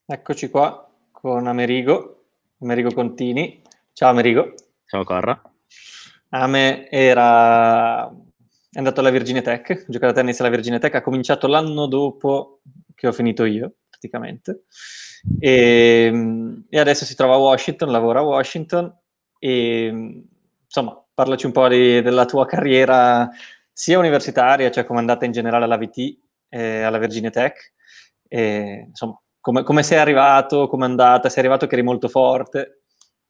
Eccoci qua con Amerigo Contini. Ciao Amerigo. Ciao Corra. È andato alla Virginia Tech, ha giocato a tennis alla Virginia Tech, ha cominciato l'anno dopo che ho finito io, praticamente. E adesso si trova a Washington, lavora a Washington e insomma, parlaci un po' della tua carriera sia universitaria, cioè come è andata in generale alla VT, alla Virginia Tech, e, insomma, come sei arrivato, come è andata, sei arrivato che eri molto forte.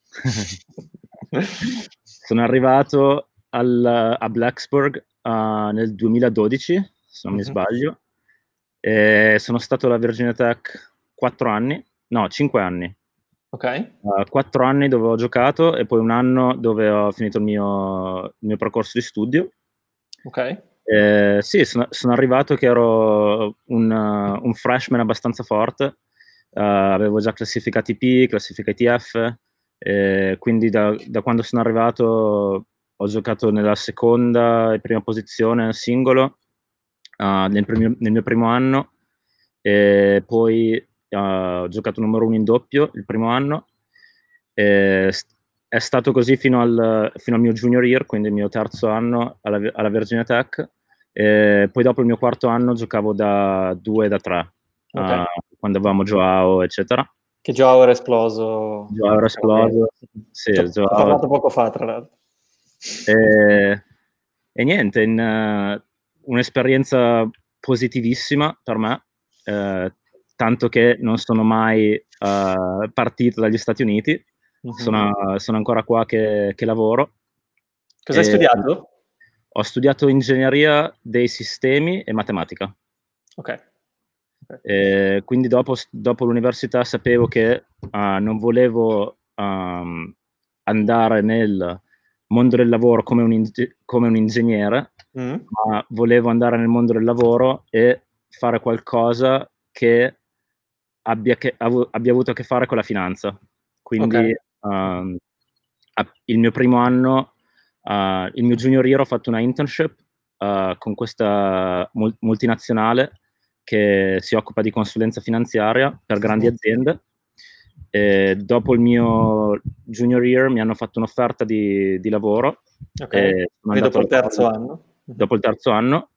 Sono arrivato a Blacksburg nel 2012, se non mi sbaglio, e sono stato alla Virginia Tech 5 anni. Ok. 4 anni dove ho giocato e poi un anno dove ho finito il mio percorso di studio. Ok. Sì, sono arrivato che ero un freshman abbastanza forte, avevo già classifica ATP, classifica ITF, quindi da quando sono arrivato ho giocato nella seconda e prima posizione singolo nel mio primo anno, e poi ho giocato numero 1 in doppio il primo anno. È stato così fino al mio junior year, quindi il mio terzo anno alla Virginia Tech. Poi dopo il mio quarto anno giocavo da 2 e da 3, Okay. quando avevamo Joao, eccetera. Che Joao era esploso. Joao era esploso, sì, Ho Joao. parlato poco fa, tra l'altro. E niente, un'esperienza positivissima per me, tanto che non sono mai partito dagli Stati Uniti. Sono ancora qua che lavoro. Cosa hai studiato? Ho studiato ingegneria dei sistemi e matematica. Ok. Quindi dopo l'università sapevo che non volevo andare nel mondo del lavoro come un ingegnere, ma volevo andare nel mondo del lavoro e fare qualcosa che abbia avuto a che fare con la finanza. Quindi il mio primo anno, il mio junior year, ho fatto una internship con questa multinazionale che si occupa di consulenza finanziaria per grandi aziende. E dopo il mio junior year mi hanno fatto un'offerta di lavoro. Ok, quindi dopo il terzo anno. Dopo il terzo anno.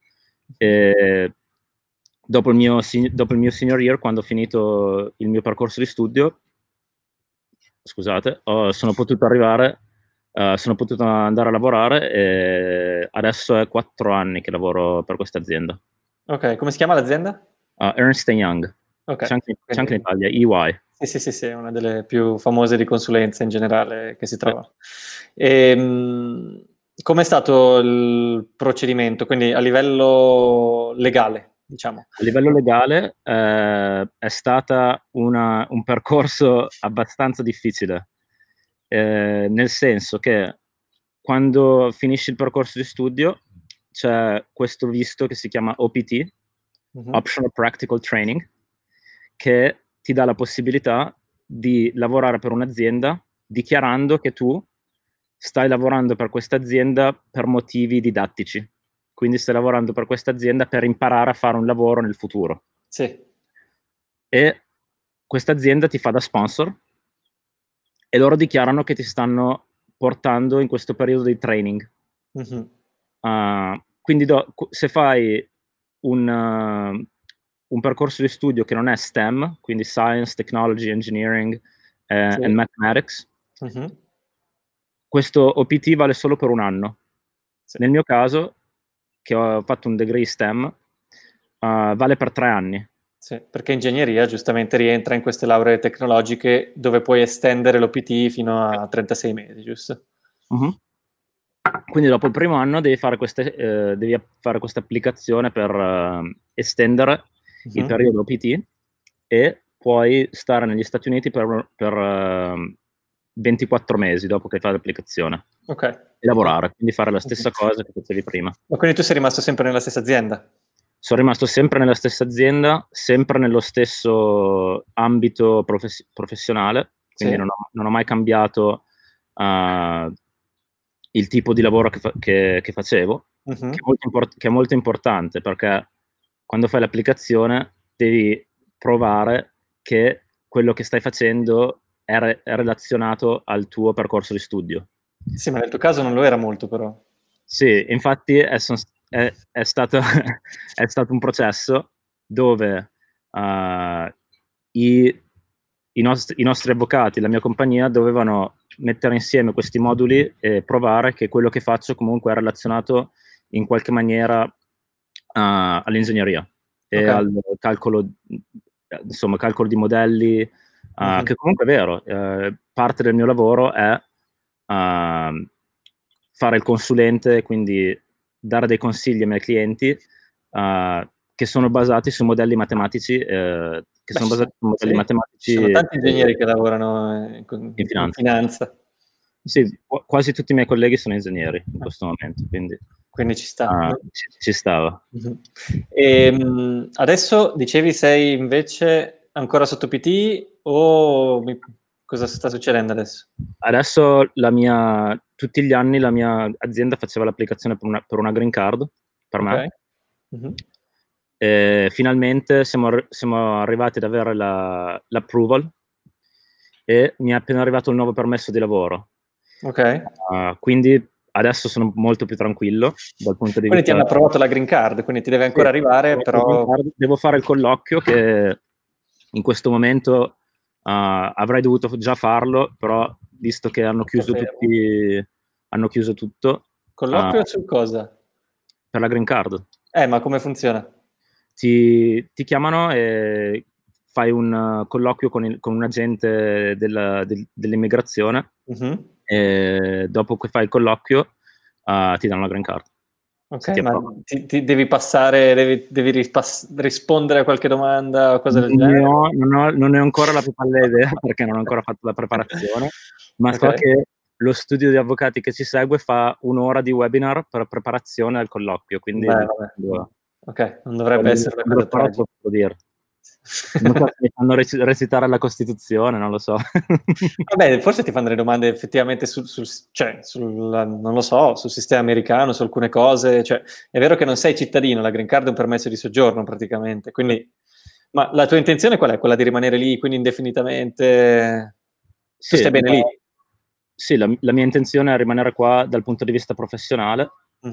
Dopo il mio senior year, quando ho finito il mio percorso di studio, scusate, sono potuto andare a lavorare, e adesso è 4 anni che lavoro per questa azienda. Ok, come si chiama l'azienda? Ernst Young. Okay. C'è anche in Italia, EY. Sì, è una delle più famose di consulenza in generale che si trova. Com'è stato il procedimento? Quindi a livello legale, diciamo. A livello legale, è stata un percorso abbastanza difficile, nel senso che quando finisci il percorso di studio c'è questo visto che si chiama OPT, Optional Practical Training, che ti dà la possibilità di lavorare per un'azienda dichiarando che tu stai lavorando per questa azienda per motivi didattici. Quindi stai lavorando per questa azienda per imparare a fare un lavoro nel futuro. Sì. E questa azienda ti fa da sponsor e loro dichiarano che ti stanno portando in questo periodo di training. Quindi se fai un percorso di studio che non è STEM, quindi Science, Technology, Engineering and Mathematics, questo OPT vale solo per un anno. Nel mio caso, che ho fatto un degree STEM, vale per 3 anni. Sì, perché ingegneria giustamente rientra in queste lauree tecnologiche dove puoi estendere l'OPT fino a 36 mesi, giusto? Quindi dopo il primo anno devi fare questa applicazione per estendere il periodo OPT, e puoi stare negli Stati Uniti per 24 mesi dopo che fai l'applicazione. Okay. E lavorare, quindi fare la stessa cosa che facevi prima. Ma quindi tu sei rimasto sempre nella stessa azienda? Sono rimasto sempre nella stessa azienda, sempre nello stesso ambito professionale, quindi non ho mai cambiato il tipo di lavoro che facevo, che è molto importante, perché quando fai l'applicazione devi provare che quello che stai facendo è relazionato al tuo percorso di studio. Sì, ma nel tuo caso non lo era molto, però. Sì, infatti è stato, è stato un processo dove i nostri avvocati, la mia compagnia, dovevano mettere insieme questi moduli e provare che quello che faccio comunque è relazionato in qualche maniera all'ingegneria e al calcolo, insomma, calcolo di modelli, che comunque è vero. Parte del mio lavoro è fare il consulente, quindi dare dei consigli ai miei clienti che sono basati su modelli matematici, Sì, ci sono tanti ingegneri che lavorano in in finanza. finanza. Sì, quasi tutti i miei colleghi sono ingegneri in questo momento, Quindi ci sta. ci stava. Adesso dicevi sei invece ancora sotto PT o cosa sta succedendo adesso? Adesso tutti gli anni la mia azienda faceva l'applicazione per una green card per me. Finalmente siamo arrivati ad avere l'approval e mi è appena arrivato il nuovo permesso di lavoro. Quindi adesso sono molto più tranquillo dal punto di Quindi ti vista. hanno approvato la green card, quindi ti deve ancora arrivare, però Devo fare il colloquio che in questo momento avrei dovuto già farlo, però visto che hanno chiuso tutto. Colloquio su cosa? Per la green card. Ma come funziona? Ti chiamano e fai un colloquio con un agente dell'immigrazione e dopo che fai il colloquio ti danno la green card. Ma ti devi passare, devi rispondere a qualche domanda o cose del genere? Non ne ho ancora la più pallida idea perché non ho ancora fatto la preparazione, ma so che lo studio di avvocati che ci segue fa 1 ora di webinar per preparazione al colloquio, quindi non dovrebbe essere una cosa tragica. dire. Non so se mi fanno recitare la Costituzione, non lo so. Vabbè, forse ti fanno delle domande effettivamente non lo so, sul sistema americano, su alcune cose. Cioè, è vero che non sei cittadino, la green card è un permesso di soggiorno praticamente, quindi. Ma la tua intenzione qual è? Quella di rimanere lì, quindi indefinitamente? Tu stai bene lì? Sì, la mia intenzione è rimanere qua dal punto di vista professionale.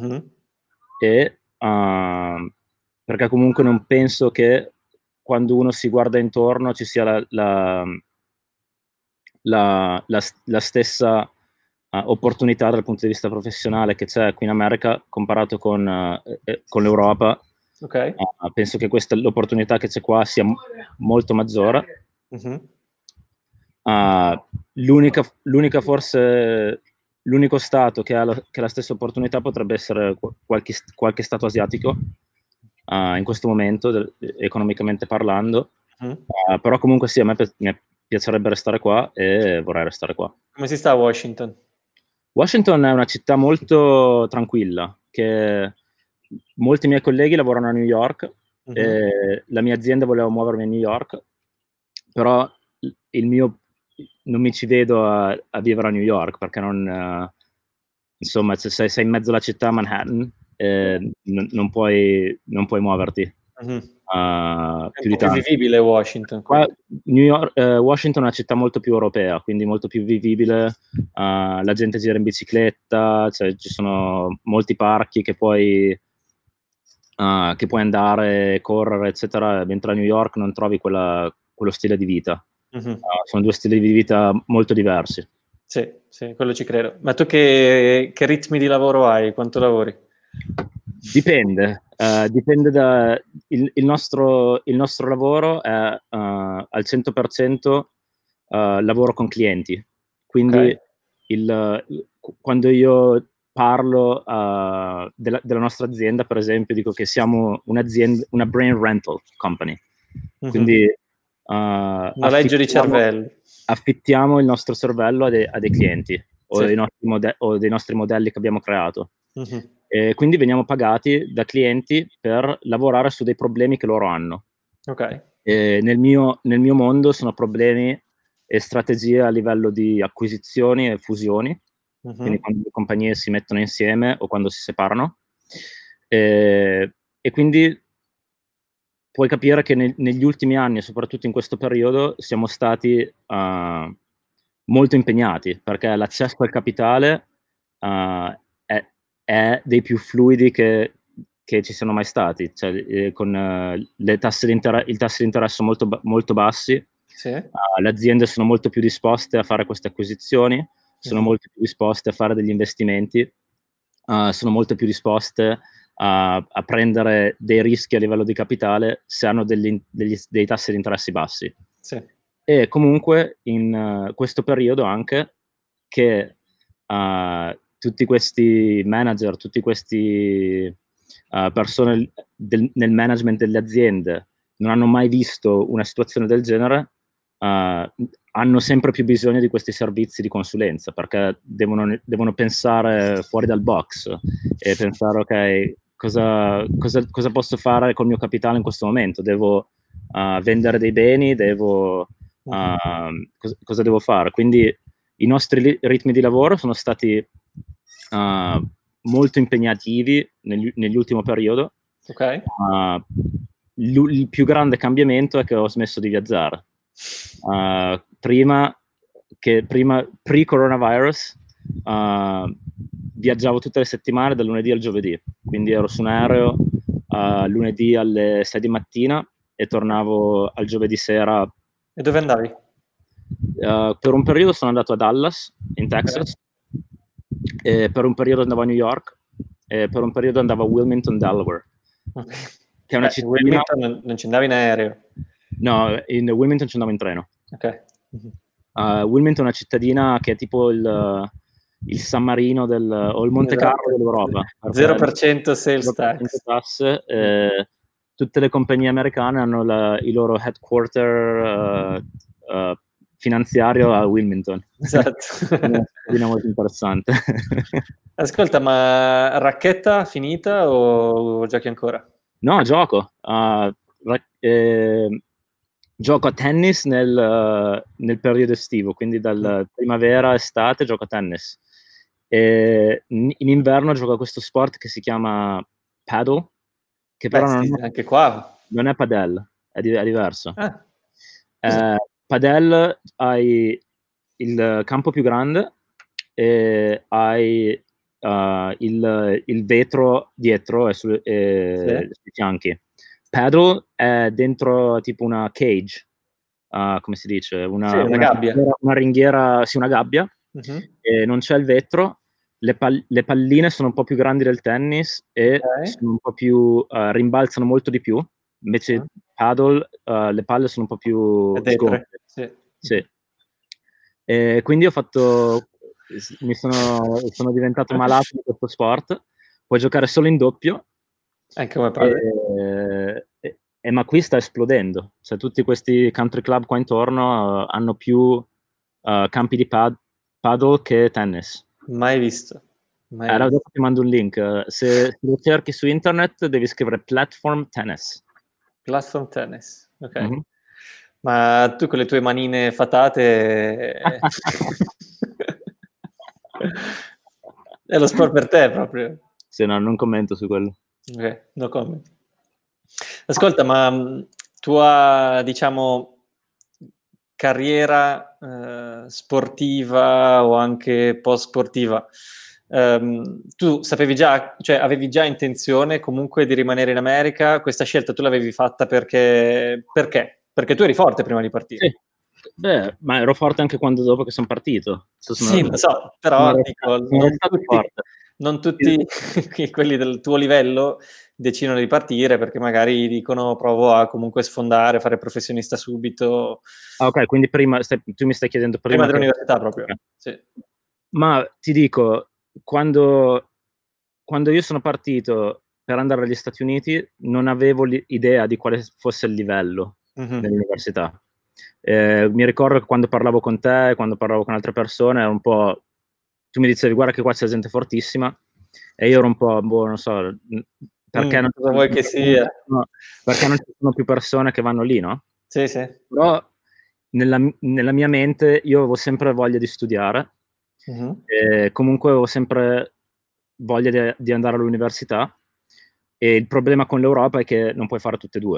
E perché comunque non penso che quando uno si guarda intorno ci sia la stessa opportunità dal punto di vista professionale che c'è qui in America comparato con l'Europa. Penso che l'opportunità che c'è qua sia molto maggiore. L'unico stato che ha la stessa opportunità potrebbe essere qualche stato asiatico in questo momento, economicamente parlando. Però comunque sì, a me mi piacerebbe restare qua e vorrei restare qua. Come si sta a Washington? Washington è una città molto tranquilla, che molti miei colleghi lavorano a New York e la mia azienda voleva muovermi a New York, però non mi ci vedo a vivere a New York perché insomma, sei in mezzo alla città Manhattan e non puoi muoverti. È un po' più vivibile Washington. Washington è una città molto più europea, quindi molto più vivibile. La gente gira in bicicletta, cioè ci sono molti parchi che puoi andare, correre, eccetera, mentre a New York non trovi quello stile di vita. Sono 2 stili di vita molto diversi. Sì, quello ci credo. Ma tu che ritmi di lavoro hai? Quanto lavori? Dipende da il nostro lavoro è al 100% lavoro con clienti. Quindi quando io parlo della nostra azienda, per esempio, dico che siamo un'azienda, una brain rental company. Quindi noleggio di cervello. Affittiamo il nostro cervello a dei clienti o dei nostri modelli che abbiamo creato. E quindi veniamo pagati da clienti per lavorare su dei problemi che loro hanno. E nel mio mondo sono problemi e strategie a livello di acquisizioni e fusioni, quindi quando le compagnie si mettono insieme o quando si separano. E quindi puoi capire che negli ultimi anni, soprattutto in questo periodo, siamo stati molto impegnati, perché l'accesso al capitale è dei più fluidi che ci siano mai stati, cioè, con il tasso di interesse molto bassi. Sì. Le aziende sono molto più disposte a fare queste acquisizioni, sono molto più disposte a fare degli investimenti, sono molto più disposte a prendere dei rischi a livello di capitale se hanno dei tassi di interessi bassi. Sì. E comunque in questo periodo anche che tutti questi manager, tutti questi persone nel management delle aziende non hanno mai visto una situazione del genere, hanno sempre più bisogno di questi servizi di consulenza, perché devono pensare fuori dal box e pensare, ok, cosa posso fare col mio capitale in questo momento? Devo vendere dei beni, cosa devo fare? Quindi i nostri ritmi di lavoro sono stati molto impegnativi nell'ultimo periodo. Ok. Il più grande cambiamento è che ho smesso di viaggiare. Prima, pre-coronavirus, viaggiavo tutte le settimane dal lunedì al giovedì, quindi ero su un aereo lunedì alle 6 di mattina e tornavo al giovedì sera. E dove andavi? Per un periodo sono andato a Dallas, in Texas, e per un periodo andavo a New York, e per un periodo andavo a Wilmington, Delaware. Che è una cittadina... Wilmington non ci andavi in aereo? No, in Wilmington ci andavo in treno. Ok. Wilmington è una cittadina che è tipo il San Marino o il Monte Carlo dell'Europa. 0% sales tax. Tasse, tutte le compagnie americane hanno i loro headquarter finanziario a Wilmington. Esatto. È una cittadina molto interessante. Ascolta, ma racchetta finita o giochi ancora? No, gioco. Gioco a tennis nel periodo estivo, quindi dal primavera a estate gioco a tennis. E in inverno gioco a questo sport che si chiama paddle, che però anche qua non è padel, è diverso. Ah. Padel hai il campo più grande e hai il vetro dietro e sui fianchi. Paddle è dentro tipo una cage, come si dice? Una gabbia. Una ringhiera, sì, una gabbia, e non c'è il vetro. Le palline sono un po' più grandi del tennis e sono un po' più rimbalzano molto di più. Invece paddle, le palle sono un po' più sgonfie. Sì. E quindi sono diventato malato di questo sport. Puoi giocare solo in doppio. Anche come palle. Ma qui sta esplodendo. Cioè, tutti questi country club qua intorno hanno più campi di paddle che tennis. Mai visto. Allora, dopo ti mando un link. Se lo cerchi su internet devi scrivere platform tennis. Platform tennis, ok. Ma tu con le tue manine fatate è lo sport per te proprio. Sì, no, non commento su quello. Ok, no comment. Ascolta, ma tua, diciamo, carriera sportiva o anche post sportiva, tu sapevi già, cioè avevi già intenzione comunque di rimanere in America? Questa scelta tu l'avevi fatta perché? Perché tu eri forte prima di partire. Sì. Beh, ma ero forte anche dopo che sono partito. Sì, lo so, però dico, non tutti quelli del tuo livello decidono di partire perché magari dicono provo a comunque sfondare, fare professionista subito. Ok, quindi prima tu mi stai chiedendo prima dell'università proprio. Sì. Ma ti dico, quando io sono partito per andare agli Stati Uniti non avevo idea di quale fosse il livello dell'università. Mi ricordo che quando parlavo con te, quando parlavo con altre persone, era un po'... Tu mi dicevi, guarda che qua c'è gente fortissima, e io ero un po', non so, perché non vuoi che sia? Perché non ci sono più persone che vanno lì, no? Sì, sì. Però nella mia mente io avevo sempre voglia di studiare, e comunque avevo sempre voglia di andare all'università, e il problema con l'Europa è che non puoi fare tutte e due.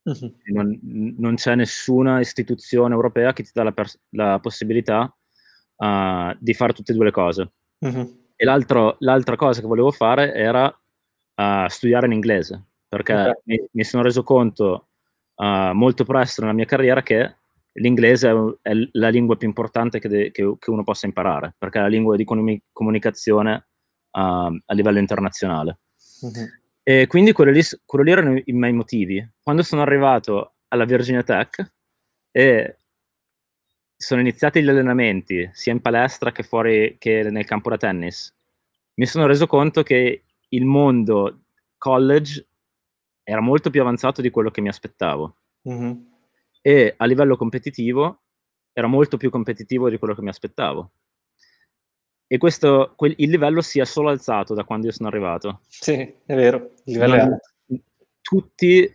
Non c'è nessuna istituzione europea che ti dà la possibilità di fare tutte e due le cose. E l'altra cosa che volevo fare era studiare in inglese, perché Okay. mi sono reso conto molto presto nella mia carriera che l'inglese è la lingua più importante che uno possa imparare, perché è la lingua di comunicazione a livello internazionale. E quindi quelli lì erano i miei motivi. Quando sono arrivato alla Virginia Tech e sono iniziati gli allenamenti, sia in palestra che fuori, che nel campo da tennis, mi sono reso conto che il mondo college era molto più avanzato di quello che mi aspettavo. E a livello competitivo era molto più competitivo di quello che mi aspettavo. E il livello si è solo alzato da quando io sono arrivato. Sì, è vero, il livello è alto. Tutti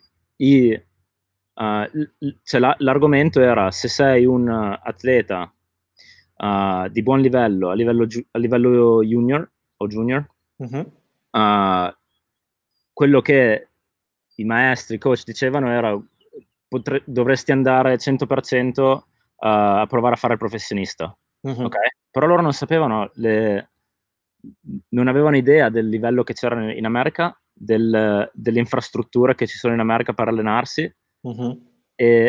cioè l'argomento era: se sei un atleta di buon livello, a livello junior o junior, quello che i maestri, i coach dicevano era: dovresti andare 100% a provare a fare il professionista. Okay? Però loro non sapevano, non avevano idea del livello che c'era in America, delle infrastrutture che ci sono in America per allenarsi, e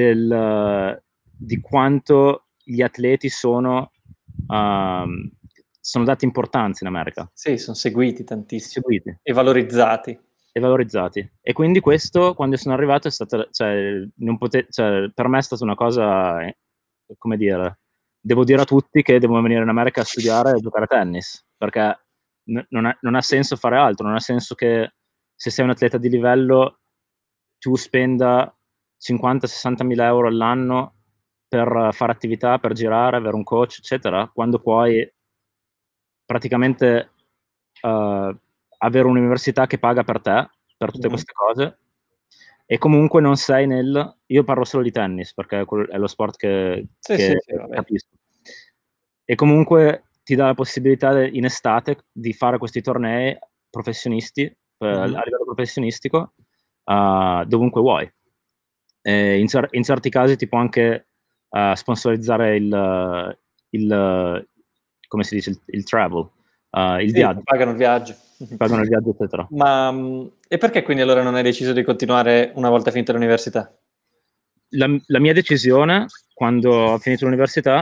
di quanto gli atleti sono dati importanza in America. Sì, son seguiti tantissimo. Seguiti. E valorizzati. E valorizzati. E quindi questo, quando sono arrivato, è stata, cioè, per me è stata una cosa, come dire, devo dire a tutti che devono venire in America a studiare e giocare a tennis, perché non ha senso fare altro, non ha senso che se sei un atleta di livello tu spenda 50-60 mila euro all'anno per fare attività, per girare, avere un coach, eccetera, quando puoi praticamente avere un'università che paga per te, per tutte queste cose, e comunque non sei io parlo solo di tennis, perché è lo sport che capisco. E comunque ti dà la possibilità in estate di fare questi tornei professionisti, a livello professionistico, dovunque vuoi. In certi casi ti può anche sponsorizzare come si dice, il travel, il viaggio. Pagano il viaggio. Pagano il viaggio, eccetera. Ma, e perché quindi allora non hai deciso di continuare una volta finita l'università? La mia decisione, quando ho finito l'università,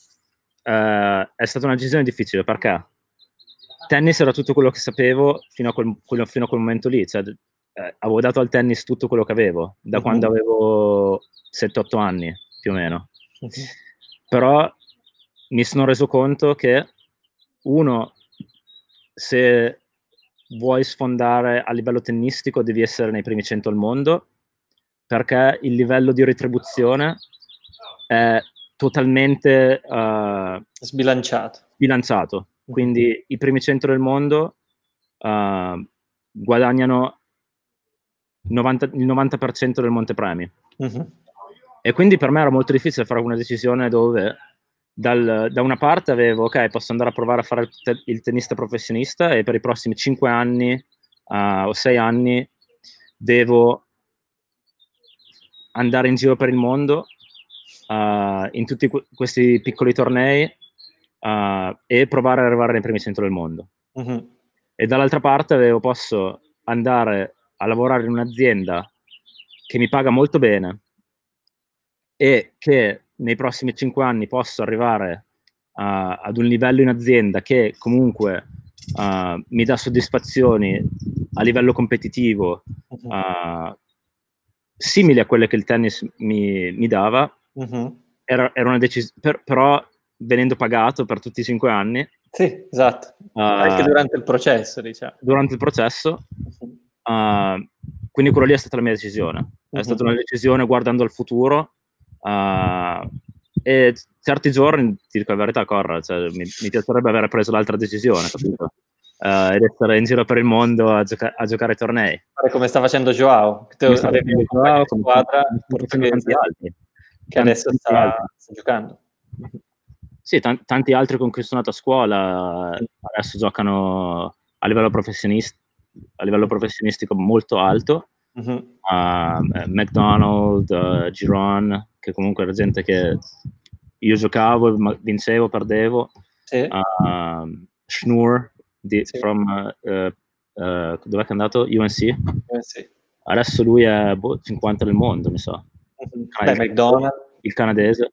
è stata una decisione difficile, perché tennis era tutto quello che sapevo fino a quel momento lì. Cioè, avevo dato al tennis tutto quello che avevo, da quando avevo 7-8 anni, più o meno. Però mi sono reso conto che, uno, se vuoi sfondare a livello tennistico devi essere nei primi 100 al mondo, perché il livello di retribuzione è totalmente sbilanciato. Quindi i primi 100 del mondo guadagnano il 90% del montepremi. E quindi per me era molto difficile fare una decisione dove da una parte avevo, ok, posso andare a provare a fare il tennista professionista e per i prossimi 5 anni o 6 anni devo andare in giro per il mondo in tutti questi piccoli tornei e provare ad arrivare nei primi 100 del mondo. E dall'altra parte posso andare a lavorare in un'azienda che mi paga molto bene e che nei prossimi 5 anni posso arrivare ad un livello in azienda che comunque mi dà soddisfazioni a livello competitivo simili a quelle che il tennis mi dava. Era una decisione, però venendo pagato per tutti i 5 anni. Sì, esatto. Anche durante il processo, diciamo. Durante il processo. Quindi quello lì è stata la mia decisione. È stata una decisione guardando al futuro. E certi giorni, ti dico la verità, Corra, cioè, mi piacerebbe aver preso l'altra decisione, capito? Ed essere in giro per il mondo a giocare ai tornei. Come sta facendo Joao. Avevi un compagno di squadra tanti altri. Che adesso sta giocando. Sì, tanti altri con cui sono andato a scuola adesso giocano a livello professionistico molto alto. McDonald, Giron, che comunque era gente che io giocavo, vincevo, perdevo. Sì. Schnur Sì. dov'è che è andato? UNC? Sì. Adesso lui è 50 del mondo, mi sa. Beh, McDonald. Il canadese.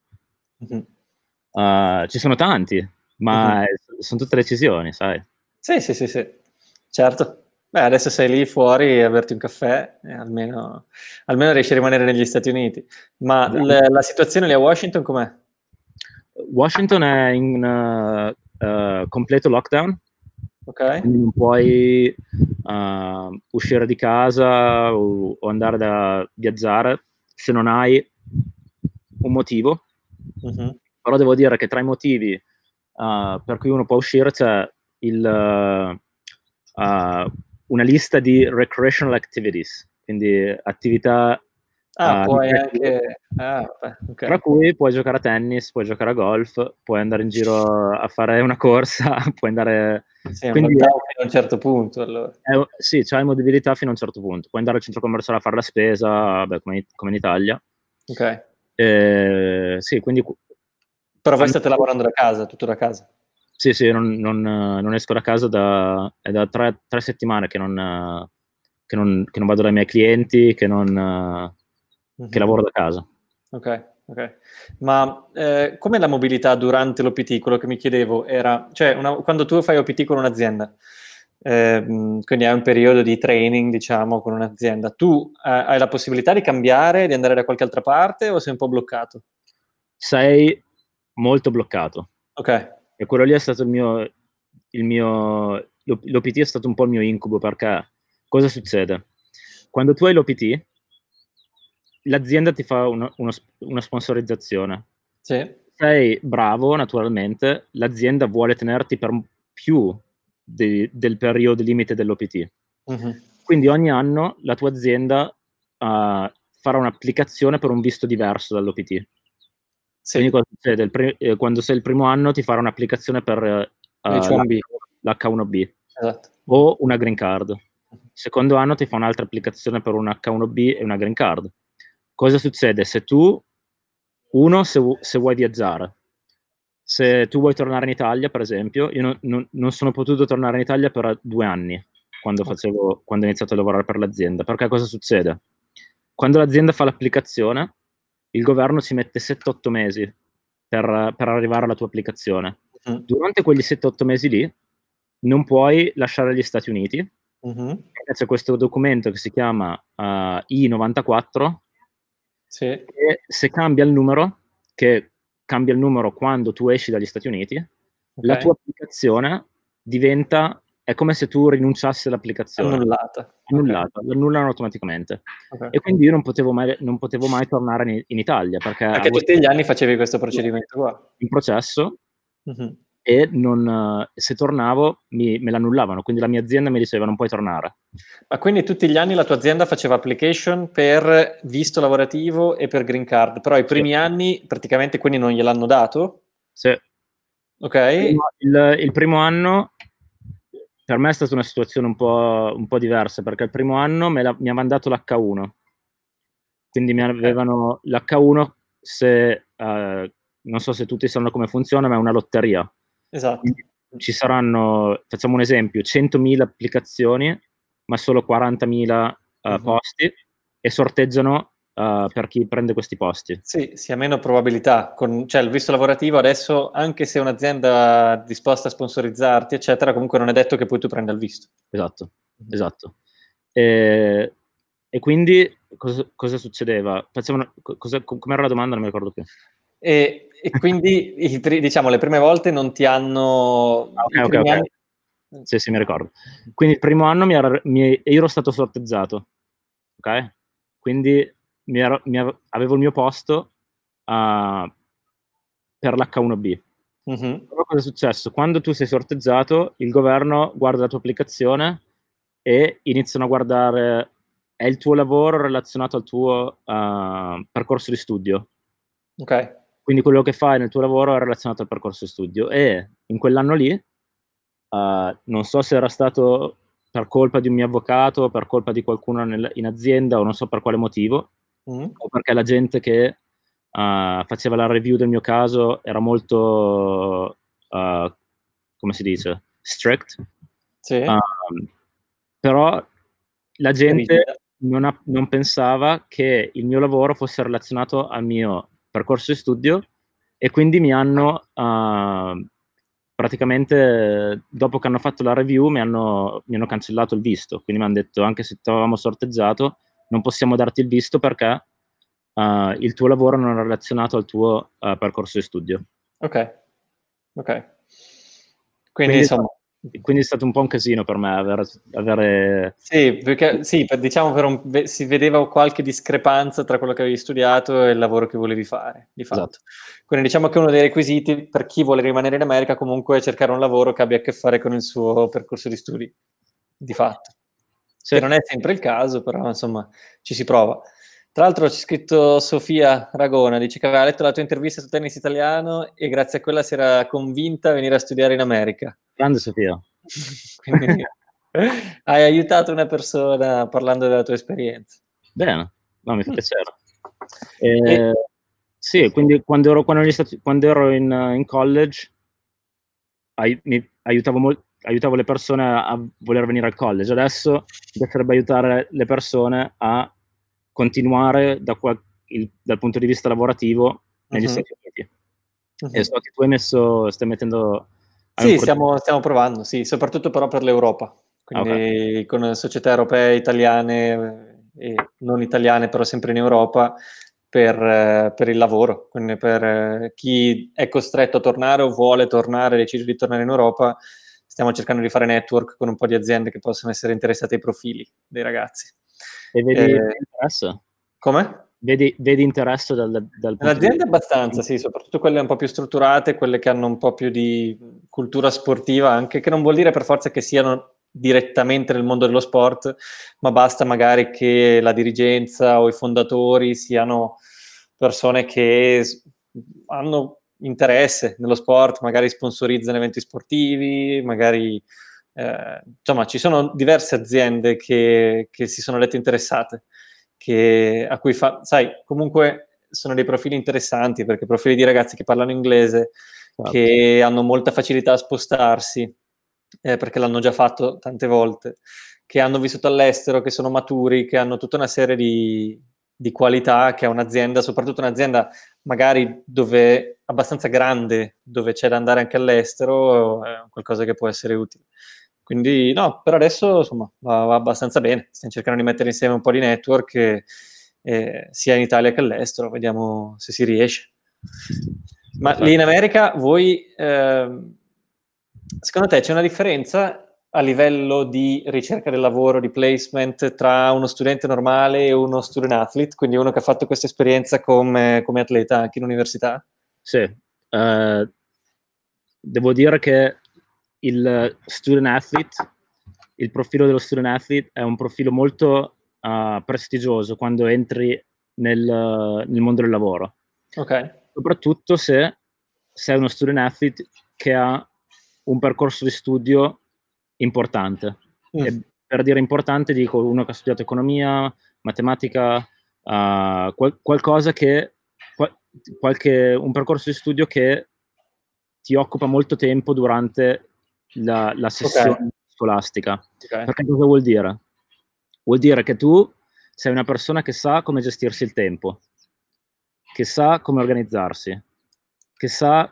Ci sono tanti, ma sono tutte decisioni, sai. Sì, certo. Beh, adesso sei lì fuori a berti un caffè e almeno riesci a rimanere negli Stati Uniti. Ma la situazione lì a Washington com'è? Washington è in completo lockdown. Ok. Quindi non puoi uscire di casa o andare da viaggiare se non hai un motivo. Però devo dire che tra i motivi per cui uno può uscire c'è una lista di recreational activities, quindi attività puoi anche... okay. Tra cui puoi giocare a tennis, puoi giocare a golf, puoi andare in giro a fare una corsa, puoi andare... Sì, quindi fino a un certo punto, allora. Sì, c'hai mobilità fino a un certo punto. Puoi andare al centro commerciale a fare la spesa, vabbè, come in Italia. Ok. Sì, quindi... Però voi state lavorando da casa, tutto da casa? Sì, non esco da casa è da 3 settimane che non vado dai miei clienti, che lavoro da casa. Ok. Ma com'è la mobilità durante l'OPT? Quello che mi chiedevo era, cioè, quando tu fai OPT con un'azienda, quindi hai un periodo di training, diciamo, con un'azienda, tu hai la possibilità di cambiare, di andare da qualche altra parte o sei un po' bloccato? Sei molto bloccato. Ok. E quello lì è stato l'OPT è stato un po' il mio incubo, perché cosa succede? Quando tu hai l'OPT, l'azienda ti fa una sponsorizzazione. Sì. Sei bravo, naturalmente, l'azienda vuole tenerti per più del periodo limite dell'OPT. Quindi ogni anno la tua azienda farà un'applicazione per un visto diverso dall'OPT. Sì. Quindi cosa succede? Quando sei il primo anno ti farà un'applicazione per l'H1B. Esatto. O una green card. Il secondo anno ti fa un'altra applicazione per un H1B e una green card. Cosa succede? Se tu, se vuoi viaggiare, se tu vuoi tornare in Italia, per esempio, io non sono potuto tornare in Italia per 2 anni, quando ho iniziato a lavorare per l'azienda. Perché cosa succede? Quando l'azienda fa l'applicazione, il governo ci mette 7-8 mesi per arrivare alla tua applicazione. Durante quegli 7-8 mesi lì non puoi lasciare gli Stati Uniti, perché c'è questo documento che si chiama I-94, che se cambia il numero, che cambia il numero quando tu esci dagli Stati Uniti, la tua applicazione è come se tu rinunciassi all'applicazione. Annullata. L'annullano automaticamente. E quindi io non potevo mai tornare in Italia, perché tutti gli anni facevi questo procedimento qua. in processo, e se tornavo me l'annullavano, quindi la mia azienda mi diceva non puoi tornare. Ma quindi tutti gli anni la tua azienda faceva application per visto lavorativo e per green card, però i primi anni praticamente quindi non gliel'hanno dato? Sì. Ok. Il primo anno per me è stata una situazione un po' diversa, perché il primo anno mi avevano dato l'H1, quindi mi avevano l'H1, non so se tutti sanno come funziona, ma è una lotteria. Esatto. Quindi ci saranno, facciamo un esempio, 100.000 applicazioni, ma solo 40.000 posti, e sorteggiano per chi prende questi posti. Sì, si ha meno probabilità. Cioè il visto lavorativo adesso, anche se un'azienda è disposta a sponsorizzarti, eccetera, comunque non è detto che poi tu prenda il visto. Esatto. E quindi cosa succedeva? Com'era la domanda? Non mi ricordo più. E quindi diciamo le prime volte non ti hanno... Ok. Sì, mi ricordo. Quindi il primo anno ero stato sorteggiato, ok? Quindi avevo il mio posto per l'H1B. Però cosa è successo? Quando tu sei sorteggiato, il governo guarda la tua applicazione e iniziano a guardare, è il tuo lavoro relazionato al tuo percorso di studio. Ok. Quindi quello che fai nel tuo lavoro è relazionato al percorso di studio, e in quell'anno lì non so se era stato per colpa di un mio avvocato, per colpa di qualcuno in azienda, o non so per quale motivo, o perché la gente che faceva la review del mio caso era molto, come si dice, strict. Sì. Però la gente Rigida. non pensava che il mio lavoro fosse relazionato al mio percorso di studio, e quindi mi hanno praticamente, dopo che hanno fatto la review, mi hanno cancellato il visto. Quindi mi hanno detto: anche se ti avevamo sorteggiato, non possiamo darti il visto perché il tuo lavoro non è relazionato al tuo percorso di studio. Ok. Quindi insomma... Quindi è stato un po' un casino per me avere... Sì, perché sì, diciamo si vedeva qualche discrepanza tra quello che avevi studiato e il lavoro che volevi fare, di fatto. Esatto. Quindi diciamo che uno dei requisiti per chi vuole rimanere in America comunque è cercare un lavoro che abbia a che fare con il suo percorso di studi, di fatto. Sì. Che non è sempre il caso, però insomma ci si prova. Tra l'altro c'è scritto Sofia Ragona, dice che aveva letto la tua intervista su tennis italiano e grazie a quella si era convinta a venire a studiare in America. Grande Sofia. Quindi hai aiutato una persona parlando della tua esperienza. Bene, no, mi fa piacere. Sì. Sì, quindi quando ero in college mi aiutavo le persone a voler venire al college. Adesso mi piacerebbe aiutare le persone a continuare dal punto di vista lavorativo negli Stati Uniti. E so che tu stai mettendo... Sì, stiamo provando, sì, soprattutto però per l'Europa, quindi con società europee, italiane e non italiane, però sempre in Europa, per il lavoro, quindi per chi è costretto a tornare o vuole tornare, decide di tornare in Europa, stiamo cercando di fare network con un po' di aziende che possono essere interessate ai profili dei ragazzi. E vedi interesse? Come? Vedi interesse dal punto di L'azienda vista... abbastanza, sì, soprattutto quelle un po' più strutturate, quelle che hanno un po' più di cultura sportiva anche, che non vuol dire per forza che siano direttamente nel mondo dello sport, ma basta magari che la dirigenza o i fondatori siano persone che hanno interesse nello sport, magari sponsorizzano eventi sportivi, magari insomma ci sono diverse aziende che si sono dette interessate, a cui sai, comunque sono dei profili interessanti, perché profili di ragazzi che parlano inglese, che hanno molta facilità a spostarsi, perché l'hanno già fatto tante volte, che hanno vissuto all'estero, che sono maturi, che hanno tutta una serie di qualità che ha un'azienda, soprattutto un'azienda magari dove abbastanza grande, dove c'è da andare anche all'estero, è qualcosa che può essere utile. Quindi no, per adesso insomma va abbastanza bene, stiamo cercando di mettere insieme un po' di network sia in Italia che all'estero, vediamo se si riesce. Ma Perfetto. lì in America voi, secondo te c'è una differenza a livello di ricerca del lavoro, di placement, tra uno studente normale e uno student athlete, quindi uno che ha fatto questa esperienza come atleta anche in università? Sì, devo dire che il profilo dello student athlete è un profilo molto prestigioso quando entri nel mondo del lavoro. Ok. Soprattutto se sei uno student athlete che ha un percorso di studio importante. E per dire importante dico uno che ha studiato economia, matematica, qualcosa che un percorso di studio che ti occupa molto tempo durante la sessione scolastica. Perché cosa vuol dire? Vuol dire che tu sei una persona che sa come gestirsi il tempo, che sa come organizzarsi, che sa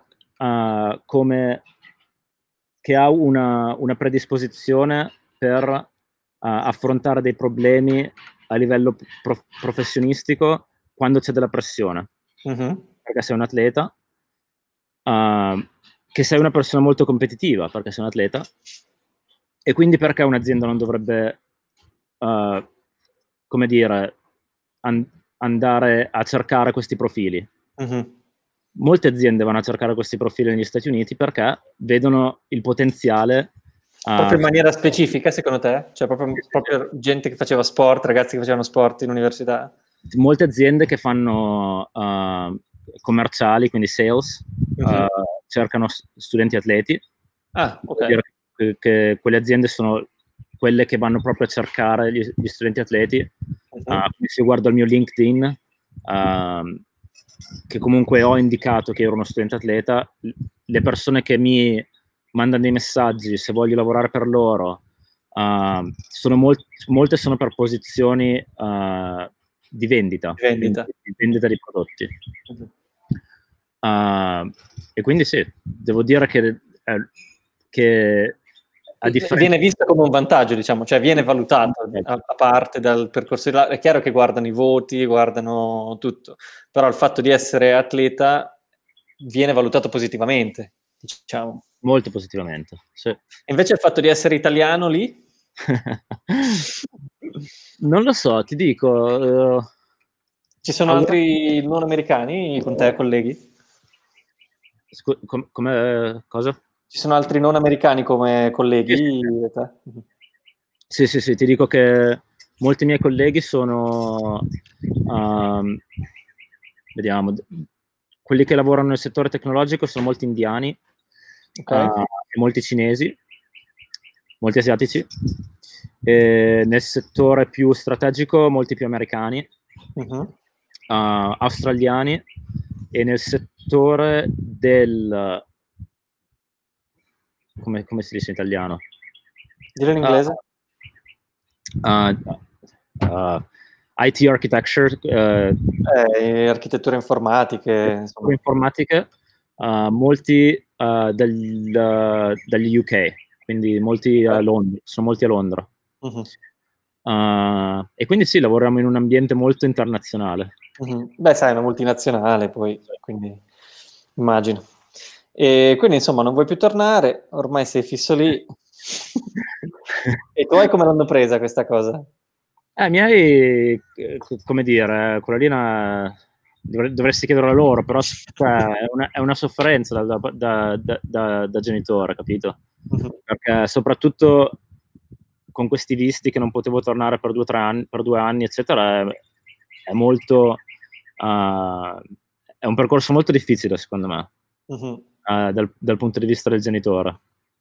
che ha una predisposizione per affrontare dei problemi a livello professionistico quando c'è della pressione. Perché sei un atleta, che sei una persona molto competitiva, perché sei un atleta, e quindi perché un'azienda non dovrebbe, come dire, andare a cercare questi profili? Molte aziende vanno a cercare questi profili negli Stati Uniti perché vedono il potenziale. Proprio in maniera specifica, secondo te? Cioè proprio gente che faceva sport, ragazzi che facevano sport in università? Molte aziende che fanno commerciali, quindi sales, cercano studenti atleti. Ah, ok. Vuol dire che quelle aziende sono quelle che vanno proprio a cercare gli studenti atleti. Se io guardo il mio LinkedIn, che comunque ho indicato che ero uno studente atleta, le persone che mi mandano dei messaggi se voglio lavorare per loro, molte sono per posizioni di vendita, di vendita di prodotti. E quindi sì, devo dire che viene visto come un vantaggio, diciamo, cioè viene valutato a parte dal percorso. È chiaro che guardano i voti, guardano tutto, però il fatto di essere atleta viene valutato positivamente, diciamo. Molto positivamente, sì. E invece il fatto di essere italiano lì? Non lo so, ti dico. Ci sono altri non americani con te, colleghi? Come cosa? Ci sono altri non americani come colleghi? Sì, ti dico che molti miei colleghi sono, vediamo, quelli che lavorano nel settore tecnologico sono molti indiani, e molti cinesi, molti asiatici, e nel settore più strategico molti più americani, australiani, e nel settore del... come si dice in italiano? Dillo in inglese. IT architecture, architetture informatiche, molti dagli UK, quindi molti a Londra, sono molti a Londra. E quindi sì, lavoriamo in un ambiente molto internazionale. Beh, sai, è una multinazionale poi, quindi immagino. E quindi insomma non vuoi più tornare, ormai sei fisso lì. E tu come l'hanno presa questa cosa? Miei, come dire, quella lì dovresti chiederlo a loro, però è una sofferenza da genitore, capito? Perché soprattutto con questi visti che non potevo tornare per 2 anni, eccetera, è molto è un percorso molto difficile, secondo me, dal punto di vista del genitore.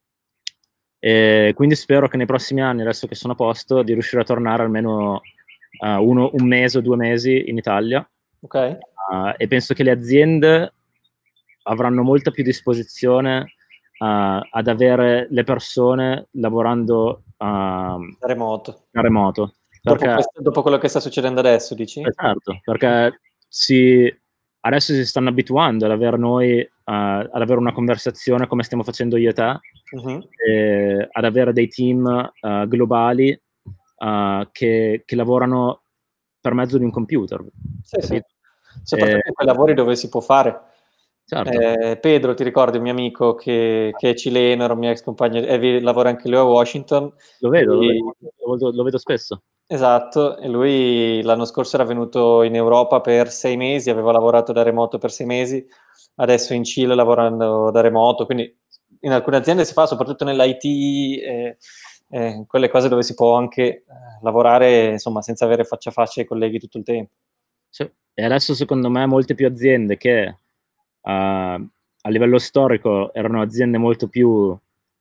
E quindi spero che nei prossimi anni, adesso che sono a posto, di riuscire a tornare almeno un mese o 2 mesi in Italia. E penso che le aziende avranno molta più disposizione ad avere le persone lavorando da remoto. Dopo quello che sta succedendo adesso, dici? Esatto, perché adesso si stanno abituando ad avere ad avere una conversazione come stiamo facendo io e te, ad avere dei team globali che lavorano per mezzo di un computer. Sì. Soprattutto in quei lavori dove si può fare. Certo. Pedro, ti ricordi, un mio amico che è cileno, era un mio ex compagno, lavora anche lui a Washington. Lo vedo spesso. Esatto, e lui l'anno scorso era venuto in Europa per 6 mesi, aveva lavorato da remoto per 6 mesi, adesso è in Cile lavorando da remoto, quindi in alcune aziende si fa, soprattutto nell'IT, quelle cose dove si può anche lavorare, insomma, senza avere faccia a faccia ai colleghi tutto il tempo. Sì. E adesso secondo me molte più aziende che a livello storico erano aziende molto più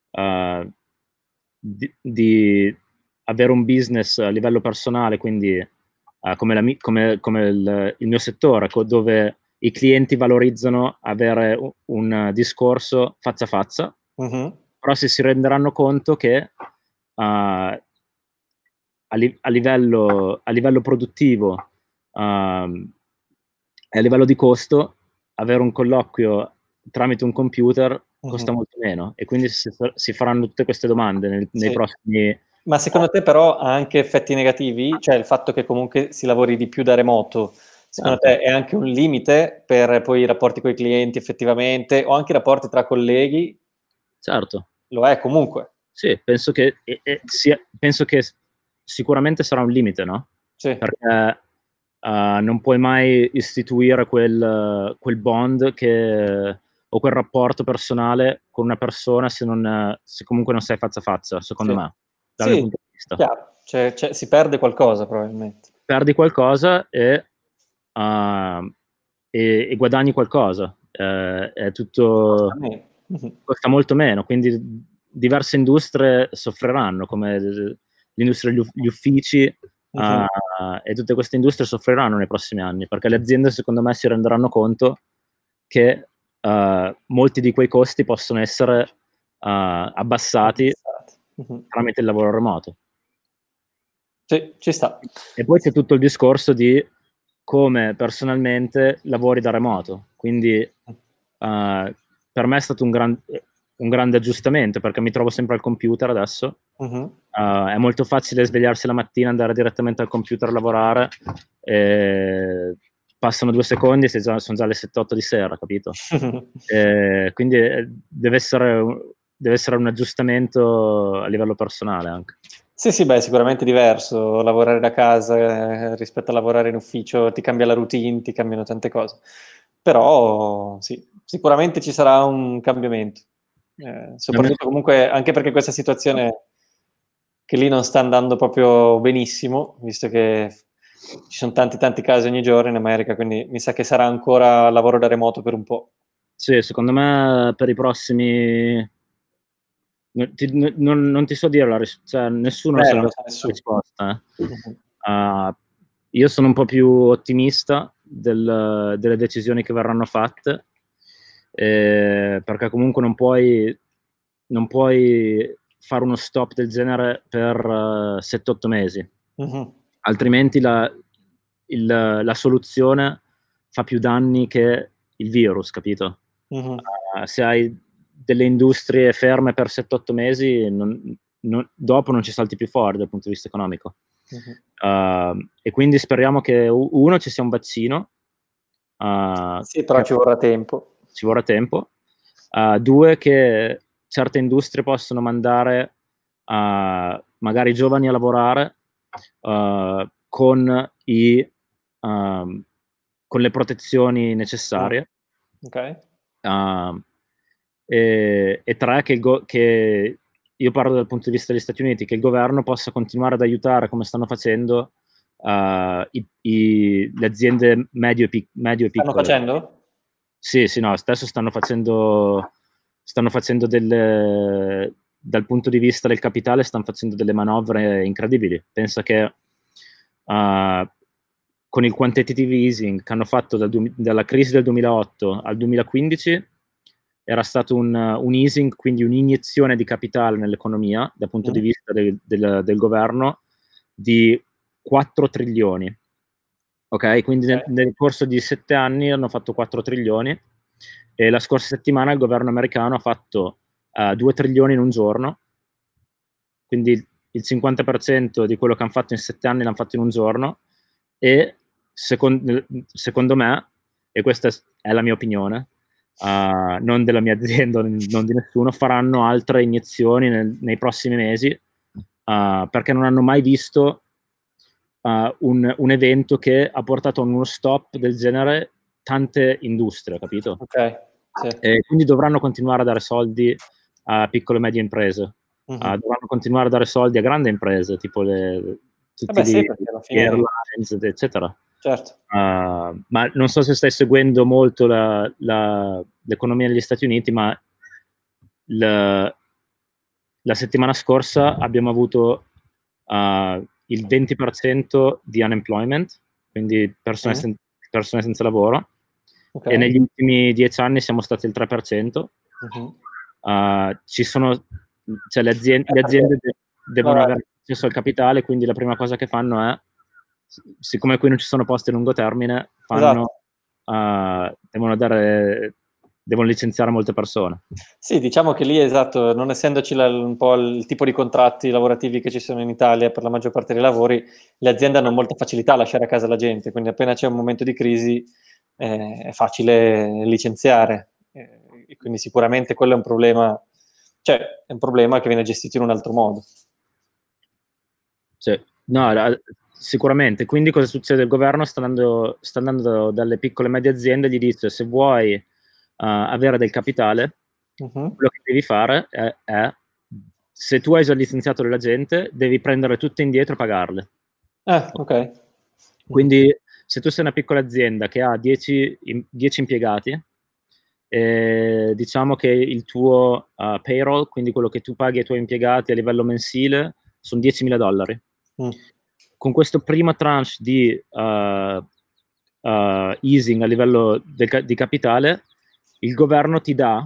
di avere un business a livello personale, quindi come il mio settore, dove i clienti valorizzano avere un discorso faccia a faccia, però se si renderanno conto che a livello produttivo e a livello di costo, avere un colloquio tramite un computer costa molto meno, e quindi si faranno tutte queste domande nei prossimi... Ma secondo te però ha anche effetti negativi? Cioè il fatto che comunque si lavori di più da remoto, secondo te è anche un limite per poi i rapporti con i clienti effettivamente, o anche i rapporti tra colleghi? Certo. Lo è comunque. Sì, penso che sicuramente sarà un limite, no? Sì. Perché non puoi mai istituire quel bond o quel rapporto personale con una persona se comunque non sei faccia a faccia, secondo me, dal mio punto di vista. Chiaro. Cioè, si perde qualcosa probabilmente. Perdi qualcosa e guadagni qualcosa. È tutto... Costa molto meno, quindi diverse industrie soffriranno, come l'industria degli uffici e tutte queste industrie soffriranno nei prossimi anni, perché le aziende secondo me si renderanno conto che molti di quei costi possono essere abbassati tramite il lavoro remoto. Sì, ci sta. E poi c'è tutto il discorso di come personalmente lavori da remoto, quindi per me è stato un grande aggiustamento, perché mi trovo sempre al computer adesso. È molto facile svegliarsi la mattina, andare direttamente al computer a lavorare, passano 2 secondi e sono già le 7-8 di sera, capito? Quindi deve essere un aggiustamento a livello personale anche. Sì, beh, sicuramente diverso lavorare da casa rispetto a lavorare in ufficio, ti cambia la routine, ti cambiano tante cose. Però sì, sicuramente ci sarà un cambiamento. Soprattutto comunque anche perché questa situazione che lì non sta andando proprio benissimo, visto che ci sono tanti casi ogni giorno in America, quindi mi sa che sarà ancora lavoro da remoto per un po'. Sì, secondo me per i prossimi... Non ti so dire cioè nessuno sa la risposta. Io sono un po' più ottimista delle decisioni che verranno fatte, perché comunque non puoi fare uno stop del genere per 7-8 mesi. Altrimenti la soluzione fa più danni che il virus, capito? Se hai delle industrie ferme per 7-8 mesi, dopo non ci salti più fuori dal punto di vista economico. E quindi speriamo che uno ci sia un vaccino. Sì, però ci vorrà tempo. Ci vorrà tempo. 2, che certe industrie possono mandare magari i giovani a lavorare con le protezioni necessarie. E 3, che io parlo dal punto di vista degli Stati Uniti, che il governo possa continuare ad aiutare, come stanno facendo, le aziende medio e piccole. Stanno facendo? Sì, no, adesso stanno facendo dal punto di vista del capitale, stanno facendo delle manovre incredibili. Pensa che con il quantitative easing che hanno fatto dalla crisi del 2008 al 2015 era stato un easing, quindi un'iniezione di capitale nell'economia dal punto di vista del governo di 4 trilioni. Ok? Quindi nel corso di 7 anni hanno fatto 4 trilioni e la scorsa settimana il governo americano ha fatto 2 trilioni in un giorno, quindi il 50% di quello che hanno fatto in 7 anni l'hanno fatto in un giorno e secondo me, e questa è la mia opinione, non della mia azienda, non di nessuno, faranno altre iniezioni nei prossimi mesi perché non hanno mai visto un evento che ha portato a uno stop del genere tante industrie, capito? Sì. E quindi dovranno continuare a dare soldi a piccole e medie imprese, dovranno continuare a dare soldi a grandi imprese, tipo tutti sì, gli airlines, eccetera. Certo. Ma non so se stai seguendo molto l'economia degli Stati Uniti, ma la settimana scorsa abbiamo avuto il 20% di unemployment, quindi persone senza lavoro, e negli ultimi 10 anni siamo stati il 3%. Le aziende devono avere accesso al capitale, quindi la prima cosa che fanno è, siccome qui non ci sono posti a lungo termine, devono licenziare molte persone. Sì, diciamo che lì, esatto, non essendoci un po' il tipo di contratti lavorativi che ci sono in Italia per la maggior parte dei lavori, le aziende hanno molta facilità a lasciare a casa la gente, quindi appena c'è un momento di crisi è facile licenziare. E quindi sicuramente quello è un problema, cioè è un problema che viene gestito in un altro modo. Sì. No, sicuramente. Quindi cosa succede? Il governo sta andando dalle piccole e medie aziende e gli dice: se vuoi avere del capitale, quello che devi fare è, se tu hai già licenziato della gente, devi prendere tutte indietro e pagarle. Quindi se tu sei una piccola azienda che ha 10 impiegati, diciamo che il tuo payroll, quindi quello che tu paghi ai tuoi impiegati a livello mensile, sono $10.000. Con questo prima tranche di easing a livello di capitale, il governo ti dà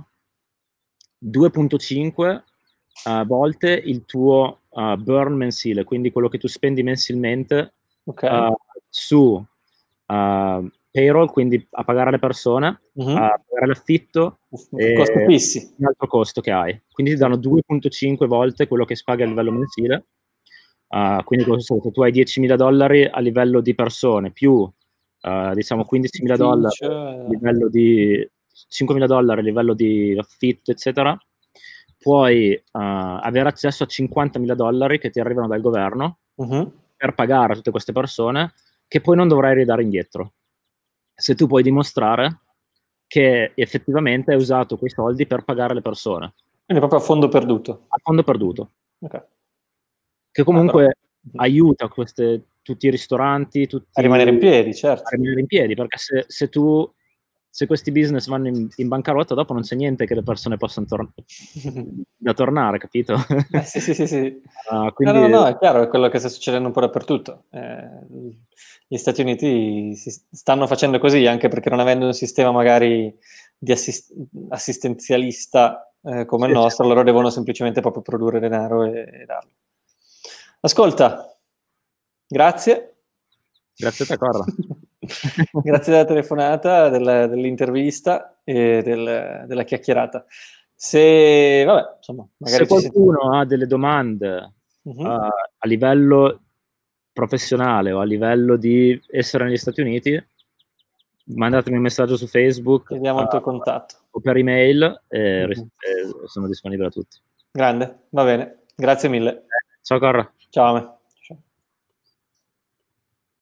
2,5 volte il tuo burn mensile, quindi quello che tu spendi mensilmente su payroll, quindi a pagare le persone, a pagare l'affitto e costi fissi. un altro costo che hai. Quindi ti danno 2,5 volte quello che spaghi a livello mensile. Quindi se tu hai $10.000 a livello di persone più diciamo $15.000 a livello di $5.000 a livello di affitto, eccetera, puoi avere accesso a $50.000 che ti arrivano dal governo per pagare a tutte queste persone, che poi non dovrai ridare indietro, se tu puoi dimostrare che effettivamente hai usato quei soldi per pagare le persone. Quindi proprio a fondo perduto. A fondo perduto. Che comunque aiuta tutti i ristoranti a rimanere in piedi, certo. A rimanere in piedi, perché se questi business vanno in bancarotta, dopo non c'è niente che le persone possano da tornare, capito? Sì. Quindi... No, è chiaro, è quello che sta succedendo un po' dappertutto. Gli Stati Uniti si stanno facendo così, anche perché non avendo un sistema magari di assistenzialista come il nostro, loro devono semplicemente proprio produrre denaro e darlo. Ascolta, grazie. Grazie a te, Corra. Grazie della telefonata, dell'intervista e della chiacchierata. Se qualcuno ha delle domande a livello professionale o a livello di essere negli Stati Uniti, mandatemi un messaggio su Facebook, chiediamo il tuo contatto o per email, sono disponibile a tutti. Grande, va bene, grazie mille. Ciao Corra. Ciao.